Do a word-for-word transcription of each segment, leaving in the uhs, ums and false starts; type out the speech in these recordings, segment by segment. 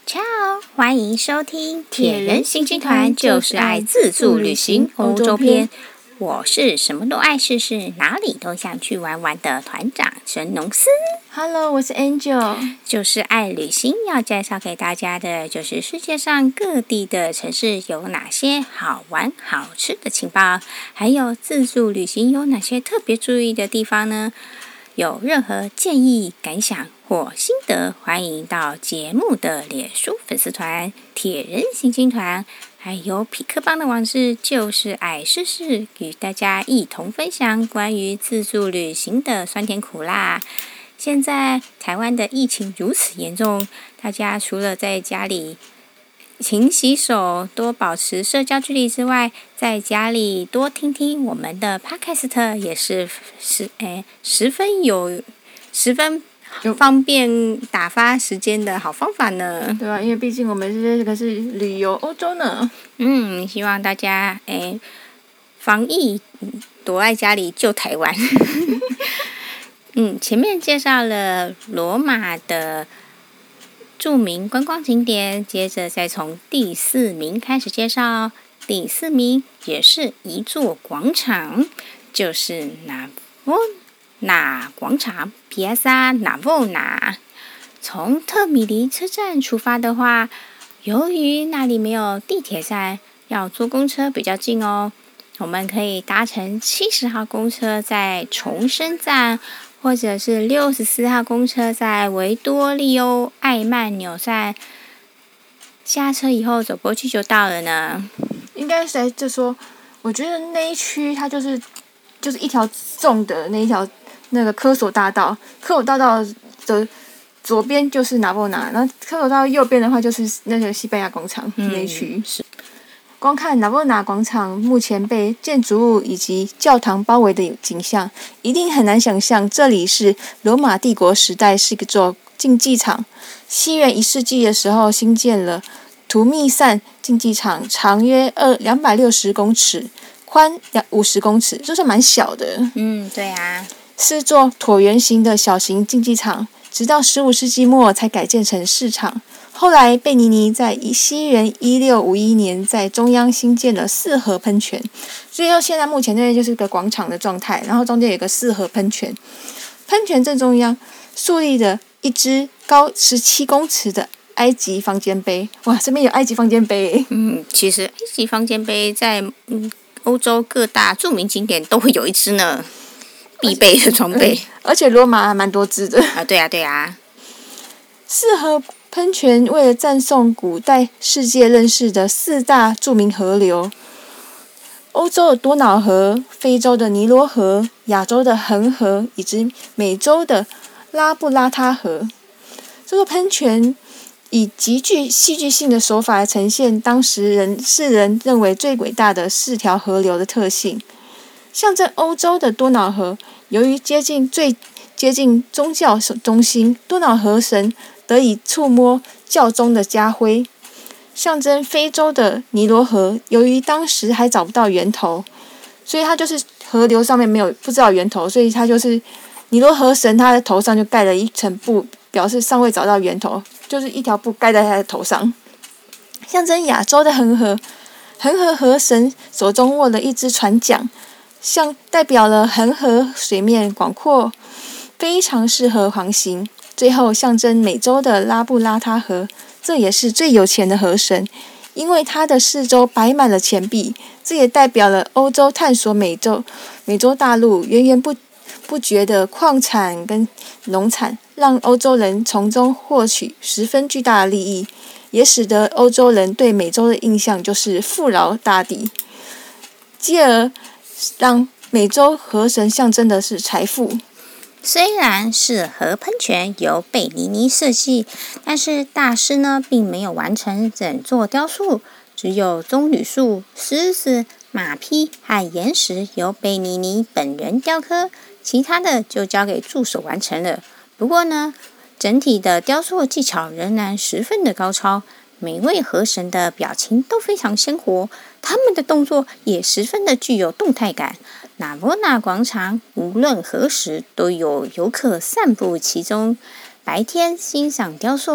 Ciao， 欢迎收听铁人行军团就是爱自助旅行欧洲篇。我是什么都爱试试，哪里都想去玩玩的团长神农斯。 Hello， 我是 Angel， 就是爱旅行，要介绍给大家的就是世界上各地的城市有哪些好玩好吃的情报，还有自助旅行有哪些特别注意的地方呢？有任何建议、感想或心得，欢迎到节目的脸书粉丝团铁人行军团，还有匹克邦的网志就是爱试试，与大家一同分享关于自助旅行的酸甜苦辣。现在台湾的疫情如此严重，大家除了在家里勤洗手、多保持社交距离之外，在家里多听听我们的 Podcast 也是十诶十分有十分方便打发时间的好方法呢。 对啊，因为毕竟我们这个是旅游欧洲呢。 嗯，希望大家诶防疫躲在家里救台湾。嗯，前面介绍了罗马的著名观光景点，接着再从第四名开始介绍。第四名也是一座广场，就是纳沃纳广场 Piazza Navona。从特米尼车站出发的话，由于那里没有地铁站，要坐公车比较近哦。我们可以搭乘七十号公车在重生站，或者是六十四号公车在维多利欧艾曼纽站，下车以后走过去就到了呢。 应该是在就说，我觉得那一区它就是就是一条纵的那一条那个科索大道，科索大道的左边就是拿破拿，然后科索大道右边的话就是那个西班牙广场、嗯、那一区。 是。 光看拿破拿广场目前被建筑物以及教堂包围的景象，一定很难想象这里是罗马帝国时代是一座竞技场。西元一世纪的时候兴建了图密散竞技场，长约二两百六十公尺，宽两五十公尺，就是蛮小的。 嗯，对啊， 是座椭圆形的小型竞技场，直到十五世纪末才改建成市场。后来贝尼尼在西元一六五一年在中央新建了四合喷泉，所以到现在目前这边就是个广场的状态，然后中间有一个四合喷泉，喷泉正中央竖立着一只高十七公尺的埃及方尖碑。哇，这边有埃及方尖碑。 嗯，其实埃及方尖碑在嗯欧洲各大著名景点都会有一只呢，必备的装备。 嗯、而且罗马还蛮多只的。 啊，对啊，对啊。 四合喷泉为了赞颂古代世界认识的四大著名河流：欧洲的多瑙河、非洲的尼罗河、亚洲的恒河以及美洲的拉布拉他河。这个喷泉以极具戏剧性的手法来呈现当时人世人认为最伟大的四条河流的特性。象征欧洲的多瑙河，由于接近最接近宗教中心，多瑙河神得以触摸教宗的家徽。象征非洲的尼罗河，由于当时还找不到源头，所以它就是河流上面没有不知道源头，所以它就是尼罗河神他的头上就盖了一层布，表示尚未找到源头，就是一条布盖在他的头上。象征亚洲的恒河，恒河河神手中握了一只船桨，像代表了恒河水面广阔，非常适合航行。最后象征美洲的拉布拉他河，这也是最有钱的河神，因为它的四周摆满了钱币，这也代表了欧洲探索美洲美洲大陆源源不不绝的矿产跟农产，让欧洲人从中获取十分巨大的利益，也使得欧洲人对美洲的印象就是富饶大地，继而让美洲河神象征的是财富。 虽然是河喷泉由贝尼尼设计，但是大师呢并没有完成整座雕塑，只有棕榈树、狮子、马匹和岩石由贝尼尼本人雕刻，其他的就交给助手完成了。不过呢，整体的雕塑技巧仍然十分的高超，每位河神的表情都非常鲜活，他们的动作也十分的具有动态感。纳波纳广场无论何时都有游客散步其中，白天欣赏雕塑，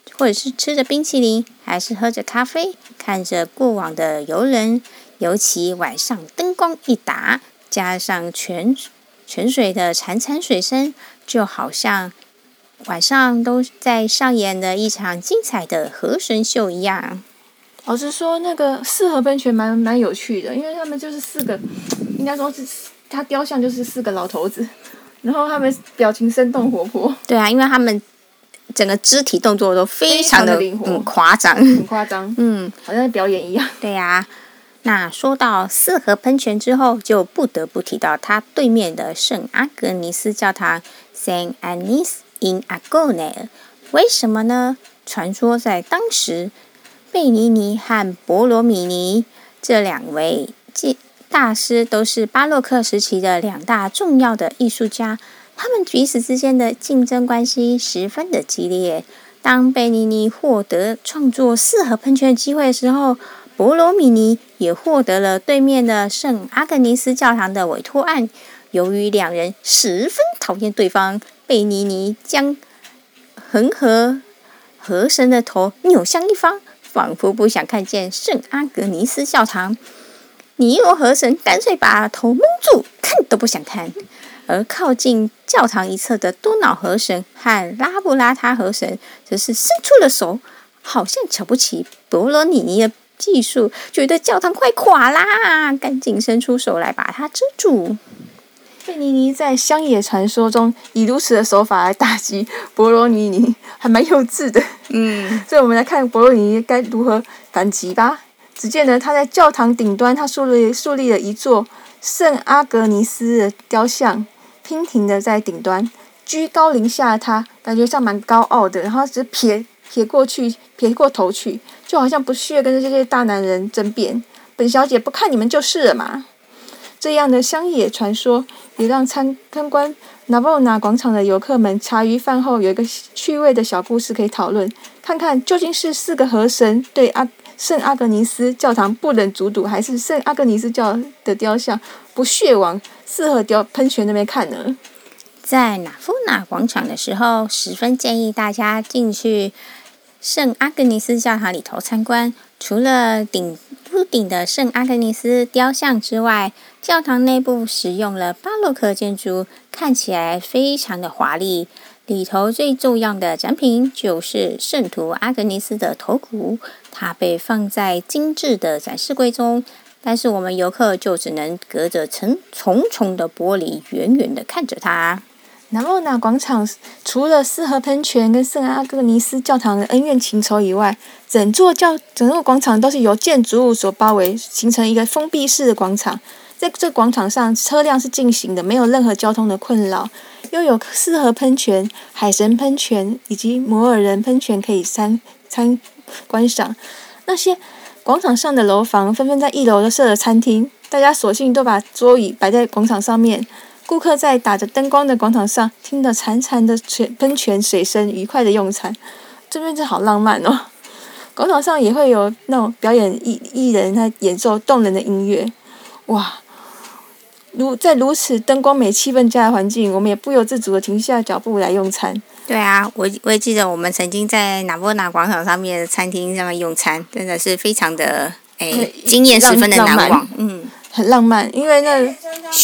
或者是吃着冰淇淋，还是喝着咖啡，看着过往的游人。尤其晚上灯光一打，加上泉泉水的潺潺水声，就好像晚上都在上演了一场精彩的河神秀一样。 老实说，那个四河喷泉蛮蛮有趣的，因为他们就是四个，应该说是他雕像就是四个老头子，然后他们表情生动活泼。 对啊，因为他们整个肢体动作都非常的灵活， 嗯夸张， 很夸张， 嗯， 好像在表演一样。 对啊。那说到四河喷泉之后，就不得不提到它对面的圣阿格尼斯教堂 （Saint Agnes in Agone）。为什么呢？传说在当时，贝尼尼和博罗米尼这两位大师都是巴洛克时期的两大重要的艺术家，他们彼此之间的竞争关系十分的激烈。当贝尼尼获得创作四河喷泉的机会的时候，博罗米尼也获得了对面的圣阿格尼斯教堂的委托案。由于两人十分讨厌对方，贝尼尼将恒河河神的头扭向一方，仿佛不想看见圣阿格尼斯教堂。尼罗河神干脆把头蒙住，看都不想看。而靠近教堂一侧的多瑙河神和拉布拉他河神则是伸出了手，好像瞧不起博罗米尼的技术，觉得教堂快垮啦，赶紧伸出手来把它遮住。 贝尼尼在乡野传说中以如此的手法来打击博罗尼尼，还蛮幼稚的。 嗯， 所以我们来看博罗尼尼该如何反击吧。只见呢，他在教堂顶端，他树立树立了一座圣阿格尼斯的雕像，娉婷的在顶端，居高临下的他，感觉上蛮高傲的，然后只撇撇过去，撇过头去，就好像不屑跟这些大男人争辩。本小姐不看你们就是了嘛。这样的乡野传说也让参参观纳沃纳广场的游客们茶余饭后有一个趣味的小故事可以讨论，看看究竟是四个河神对阿圣阿格尼斯教堂不忍卒睹，还是圣阿格尼斯教的雕像不屑往四河雕喷泉那边看呢？ 在纳夫纳广场的时候，十分建议大家进去圣阿格尼斯教堂里头参观。除了顶屋顶的圣阿格尼斯雕像之外，教堂内部使用了巴洛克建筑，看起来非常的华丽。里头最重要的展品就是圣徒阿格尼斯的头骨，它被放在精致的展示柜中，但是我们游客就只能隔着层重重的玻璃远远地看着它。 纳沃纳广场除了四河喷泉跟圣阿格尼斯教堂的恩怨情仇以外，整座教整座广场都是由建筑物所包围，形成一个封闭式的广场。在这广场上，车辆是进行的，没有任何交通的困扰，又有四河喷泉、海神喷泉以及摩尔人喷泉可以参参观赏。那些广场上的楼房纷纷在一楼都设了餐厅，大家索性都把桌椅摆在广场上面。顾客在打着灯光的广场上，听着潺潺的喷泉水声，愉快的用餐。这边真好浪漫哦！广场上也会有那种表演艺艺人，他演奏动人的音乐。哇！如在如此灯光美、气氛佳的环境，我们也不由自主的停下脚步来用餐。 对啊，我我也记得我们曾经在纳沃纳广场上面的餐厅上面用餐，真的是非常的诶经验十分的难忘。嗯， 很浪漫，因为那。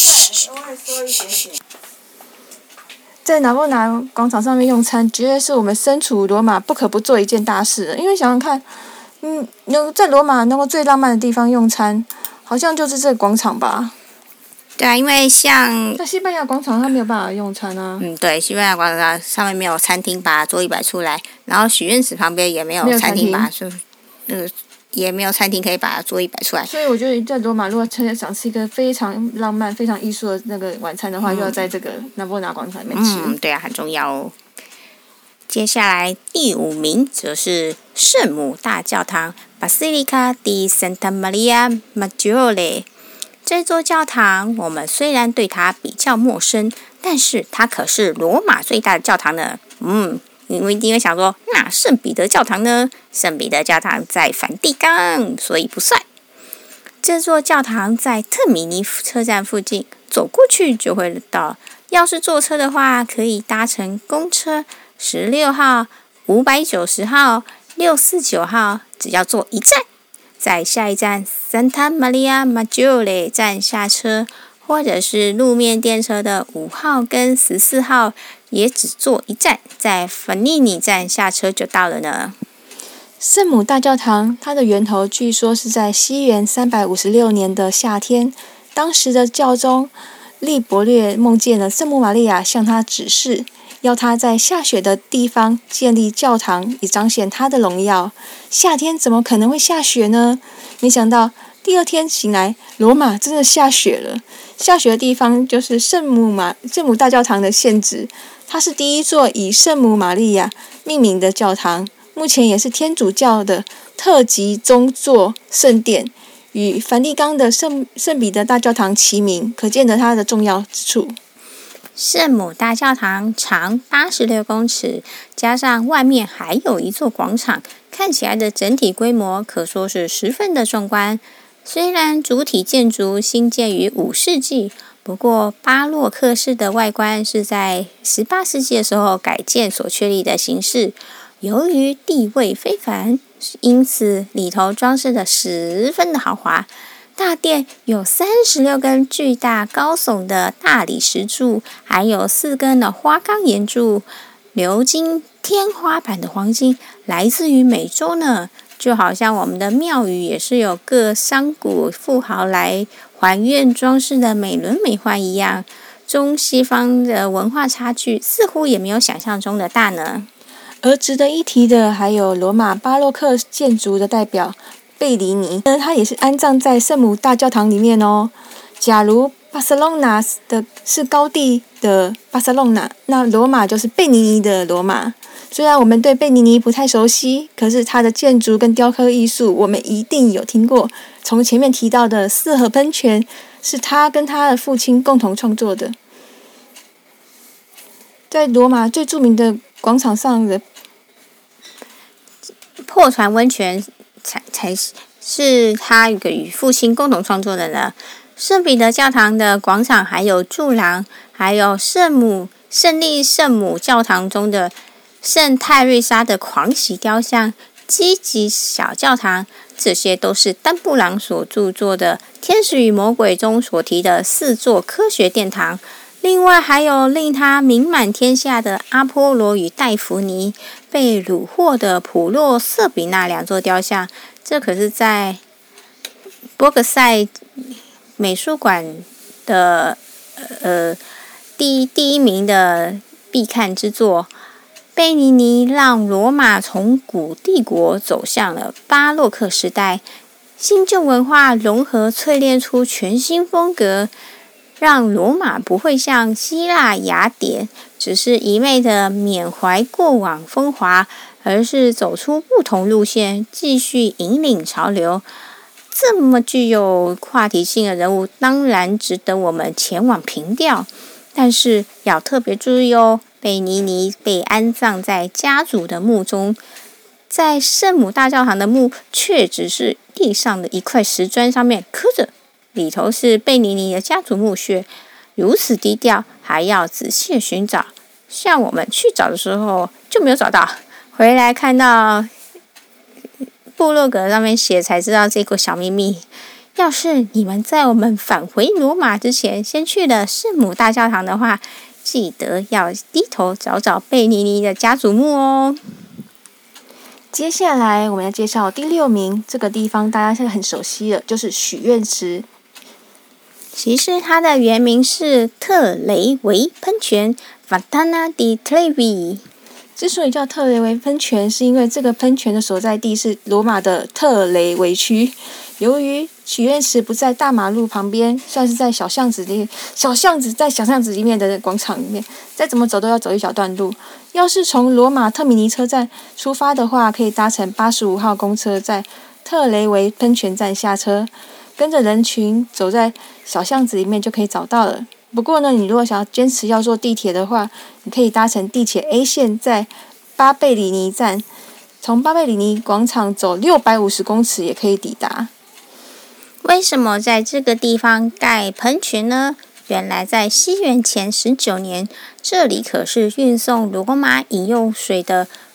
在纳沃纳广场上面用餐，绝对是我们身处罗马不可不做一件大事的。因为想想看，嗯，能在罗马能够最浪漫的地方用餐，好像就是这个广场吧。 对啊，因为像在西班牙广场，它没有办法用餐啊。 嗯，对，西班牙广场上面没有餐厅把桌椅摆出来，然后许愿池旁边也没有餐厅把就呃也没有餐厅可以把桌椅摆出来。 所以我觉得在罗马，如果真想吃一个非常浪漫、非常艺术的那个晚餐的话，嗯、就要在这个纳沃纳广场里面吃。 嗯，对啊，很重要哦。接下来第五名则是圣母大教堂 （Basilica di Santa Maria Maggiore）。这座教堂，我们虽然对它比较陌生，但是它可是罗马最大的教堂呢。嗯，你们一定会想说，那圣彼得教堂呢？圣彼得教堂在梵蒂冈，所以不算。这座教堂在特米尼车站附近，走过去就会到。要是坐车的话，可以搭乘公车十六号、 五百九十号、六四九号只要坐一站，在下一站 Santa Maria Maggiore 站下车，或者是路面电车的五号跟十四号也只坐一站，在芬尼尼站下车就到了呢。 圣母大教堂，它的源头据说是在西元三百五十六年的夏天，当时的教宗利伯略梦见了圣母玛利亚向他指示，要他在下雪的地方建立教堂，以彰显他的荣耀。夏天怎么可能会下雪呢？没想到第二天醒来，罗马真的下雪了。下雪的地方就是圣母玛圣母大教堂的现址，它是第一座以圣母玛利亚命名的教堂，目前也是天主教的特级宗座圣殿，与梵蒂冈的圣圣彼得大教堂齐名，可见得它的重要之处。 圣母大教堂长八十六公尺，加上外面还有一座广场，看起来的整体规模可说是十分的壮观。虽然主体建筑兴建于五世纪，不过巴洛克式的外观是在十八世纪的时候改建所确立的形式。由于地位非凡，因此里头装饰的十分的豪华。大殿有三十六根巨大高耸的大理石柱，还有四根的花岗岩柱，鎏金天花板的黄金来自于美洲呢。就好像我们的庙宇也是有各商贾富豪来还愿装饰的美轮美奂一样，中西方的文化差距似乎也没有想象中的大呢。 而值得一提的还有罗马巴洛克建筑的代表贝尼尼，它也是安葬在圣母大教堂里面哦。假如巴塞隆纳的是高地的巴塞隆纳，那罗马就是贝尼尼的罗马。虽然我们对贝尼尼不太熟悉，可是它的建筑跟雕刻艺术我们一定有听过。从前面提到的四合喷泉是他跟他的父亲共同创作的。在罗马最著名的广场上的破船温泉才才是他与父亲共同创作的呢。圣彼得教堂的广场还有柱廊，还有圣母圣利圣母教堂中的圣泰瑞莎的狂喜雕像，积极小教堂，这些都是丹布朗所著作的《天使与魔鬼》中所提的四座科学殿堂。另外还有令他名满天下的阿波罗与戴芙妮，被虏获的普洛瑟比那两座雕像，这可是在波克塞美术馆的呃第一第一名的必看之作。贝尼尼让罗马从古帝国走向了巴洛克时代，新旧文化融合淬炼出全新风格，让罗马不会像希腊雅典只是一味的缅怀过往风华，而是走出不同路线，继续引领潮流。这么具有话题性的人物，当然值得我们前往凭吊，但是要特别注意哦，贝尼尼被安葬在家族的墓中，在圣母大教堂的墓却只是地上的一块石砖上面刻着，里头是贝尼尼的家族墓穴，如此低调，还要仔细的寻找。像我们去找的时候就没有找到，回来看到部落格上面写才知道这个小秘密。要是你们在我们返回罗马之前先去了圣母大教堂的话，记得要低头找找贝尼尼的家族墓哦。 接下来我们要介绍第六名，这个地方大家现在很熟悉了，就是许愿池。 其实它的原名是特雷维喷泉 Fontana di Trevi。 之所以叫特雷维喷泉，是因为这个喷泉的所在地是罗马的特雷维区。由于许愿池不在大马路旁边，算是在小巷子里，小巷子在小巷子里面的广场里面，再怎么走都要走一小段路。要是从罗马特米尼车站出发的话，可以搭乘八十五号公车，在特雷维喷泉站下车，跟着人群走在小巷子里面就可以找到了。不过呢，你如果想要坚持要坐地铁的话，你可以搭乘地铁 A 线，在巴贝里尼站，从巴贝里尼广场走六百五十公尺也可以抵达。 为什么在这个地方盖喷泉呢？原来在西元前十九年，这里可是运送罗马饮用水的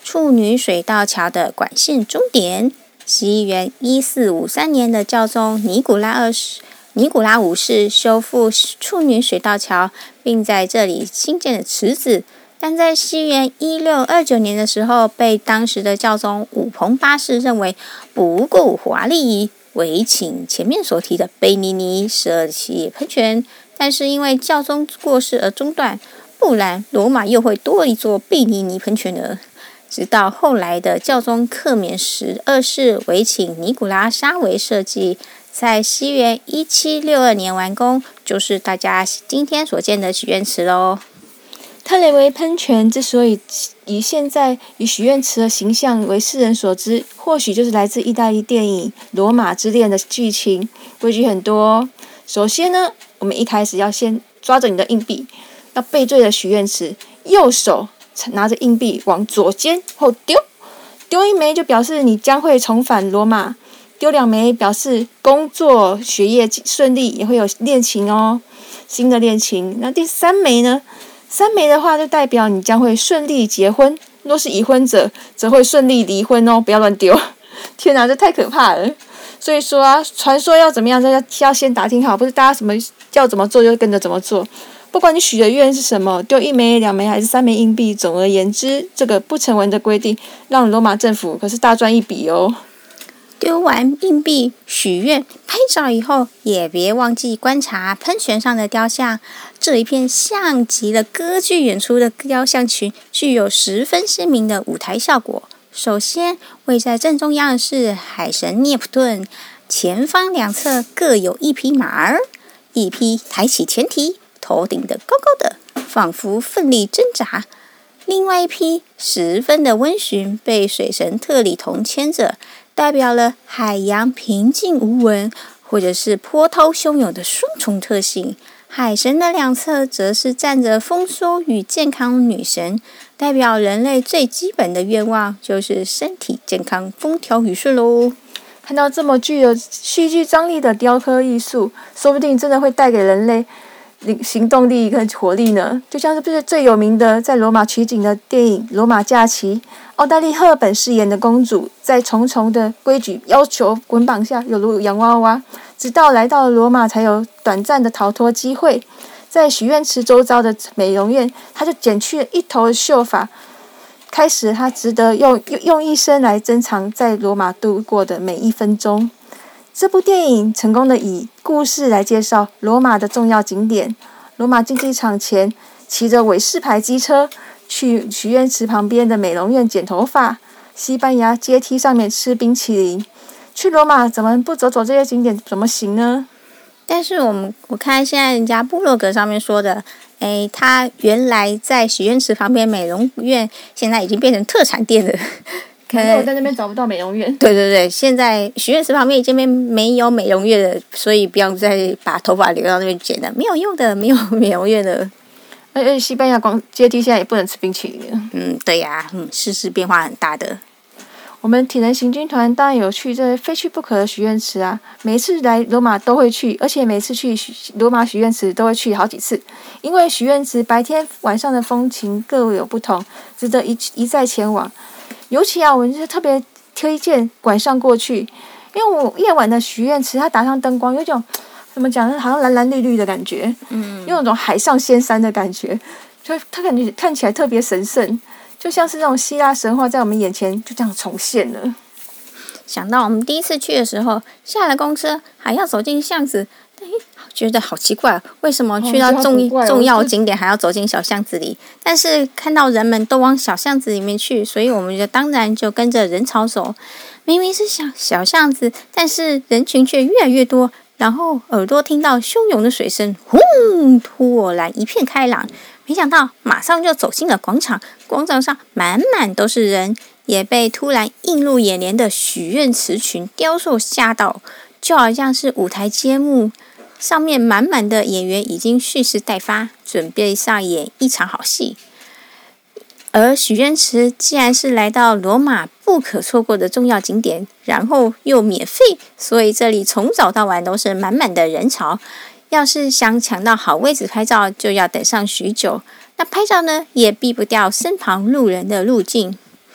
处女水道桥的管线终点。西元一四五三年的教宗尼古拉二世、尼古拉五世修复处女水道桥，并在这里新建了池子。但在西元一六二九年的时候，被当时的教宗武彭八世认为不够华丽，委请前面所提的贝尼尼舍弃喷泉，但是因为教宗过世而中断，不然罗马又会多一座贝尼尼喷泉了。直到后来的教宗克勉十二世委请尼古拉沙维设计，在西元一七六二年完工，就是大家今天所见的许愿池咯。 特雷维喷泉之所以以现在以许愿池的形象为世人所知，或许就是来自意大利电影《罗马之恋》的剧情，规矩很多哦。首先呢，我们一开始要先抓着你的硬币，要背对着许愿池，右手拿着硬币往左肩后丢，丢一枚就表示你将会重返罗马，丢两枚表示工作学业顺利，也会有恋情哦，新的恋情。那第三枚呢？三枚的话就代表你将会顺利结婚，若是已婚者则会顺利离婚哦，不要乱丢。天哪，这太可怕了。所以说啊，传说要怎么样，要要先打听好，不是大家什么要怎么做就跟着怎么做。不管你许的愿是什么，丢一枚、两枚还是三枚硬币，总而言之，这个不成文的规定，让罗马政府可是大赚一笔哦。 丢完硬币许愿拍照以后，也别忘记观察喷泉上的雕像。这一片像极了歌剧演出的雕像群，具有十分鲜明的舞台效果。首先，位在正中央的是海神涅普顿，前方两侧各有一匹马儿，一匹抬起前蹄，头顶的高高的，仿佛奋力挣扎；另外一匹十分的温驯，被水神特里同牵着，代表了海洋平静无闻，或者是波涛汹涌的双重特性。海神的两侧则是站着丰收与健康女神，代表人类最基本的愿望就是身体健康、风调雨顺咯。 看到这么具有戏剧张力的雕刻艺术，说不定真的会带给人类行动力跟活力呢。就像是不是最有名的在罗马取景的电影《罗马假期》，奥黛丽·赫本饰演的公主，在重重的规矩要求捆绑下，有如洋娃娃，直到来到了罗马才有短暂的逃脱机会。在许愿池周遭的美容院，她就剪去了一头的秀发，开始她值得用用一生来珍藏在罗马度过的每一分钟。这部电影成功的以故事来介绍罗马的重要景点。罗马竞技场前，骑着韦氏牌机车去许愿池旁边的美容院剪头发，西班牙阶梯上面吃冰淇淋。去罗马怎么不走走这些景点怎么行呢？ 但是我们我看现在人家部落格上面说的，诶，他原来在许愿池旁边美容院，现在已经变成特产店了。 可能我在那边找不到美容院。 对对对，现在许愿池旁边已经没有美容院了，所以不要再把头发留到那边剪了，没有用的，没有美容院了。 而且西班牙光阶梯现在也不能吃冰淇淋了。 嗯，对呀、啊，嗯，世事变化很大的。 我们体能行军团当然有去这非去不可的许愿池啊，每次来罗马都会去，而且每次去罗马许愿池都会去好几次，因为许愿池白天晚上的风情各有不同，值得一一再前往。尤其啊，我们就是特别推荐晚上过去，因为我夜晚的许愿池它打上灯光，有一种怎么讲呢，好像蓝蓝绿绿的感觉，嗯，有一种海上仙山的感觉，就它感觉看起来特别神圣。就像是那种希腊神话在我们眼前就这样重现了。 想到我们第一次去的时候，下了公车还要走进巷子，觉得好奇怪，为什么去到重、哦、重要景点还要走进小巷子里？但是看到人们都往小巷子里面去，所以我们就当然就跟着人潮走。明明是小小巷子，但是人群却越来越多，然后耳朵听到汹涌的水声，轰！突然一片开朗。没想到马上就走进了广场，广场上满满都是人，也被突然映入眼帘的许愿池群雕塑吓到，就好像是舞台揭幕，上面满满的演员已经蓄势待发，准备上演一场好戏。而许愿池既然是来到罗马不可错过的重要景点，然后又免费，所以这里从早到晚都是满满的人潮。要是想抢到好位置拍照，就要等上许久。那拍照呢，也避不掉身旁路人的路径。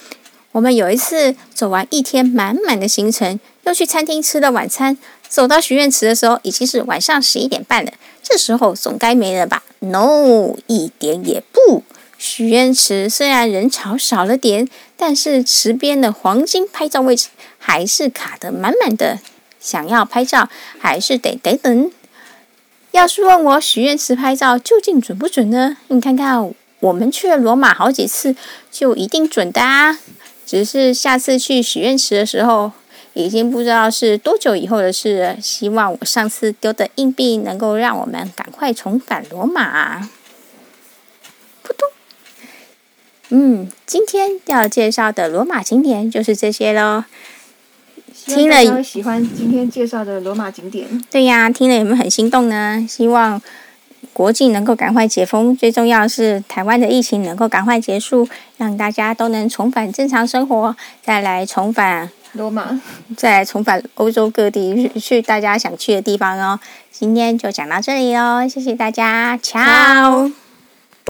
我们有一次走完一天满满的行程，又去餐厅吃了晚餐，走到许愿池的时候已经是晚上十一点半了。这时候总该没了吧 ？No， 一点也不。许愿池虽然人潮少了点，但是池边的黄金拍照位置还是卡得满满的。想要拍照，还是得得等。要是问我许愿池拍照究竟准不准呢？你看看，我们去了罗马好几次，就一定准的啊！只是下次去许愿池的时候，已经不知道是多久以后的事了。希望我上次丢的硬币能够让我们赶快重返罗马。扑通。嗯，今天要介绍的罗马景点就是这些咯。 听了，大家会喜欢今天介绍的罗马景点。 对呀，听了有没有很心动呢？希望国境能够赶快解封，最重要的是台湾的疫情能够赶快结束，让大家都能重返正常生活，再来重返罗马， 再来重返欧洲各地，去大家想去的地方哦。今天就讲到这里咯，谢谢大家，Ciao。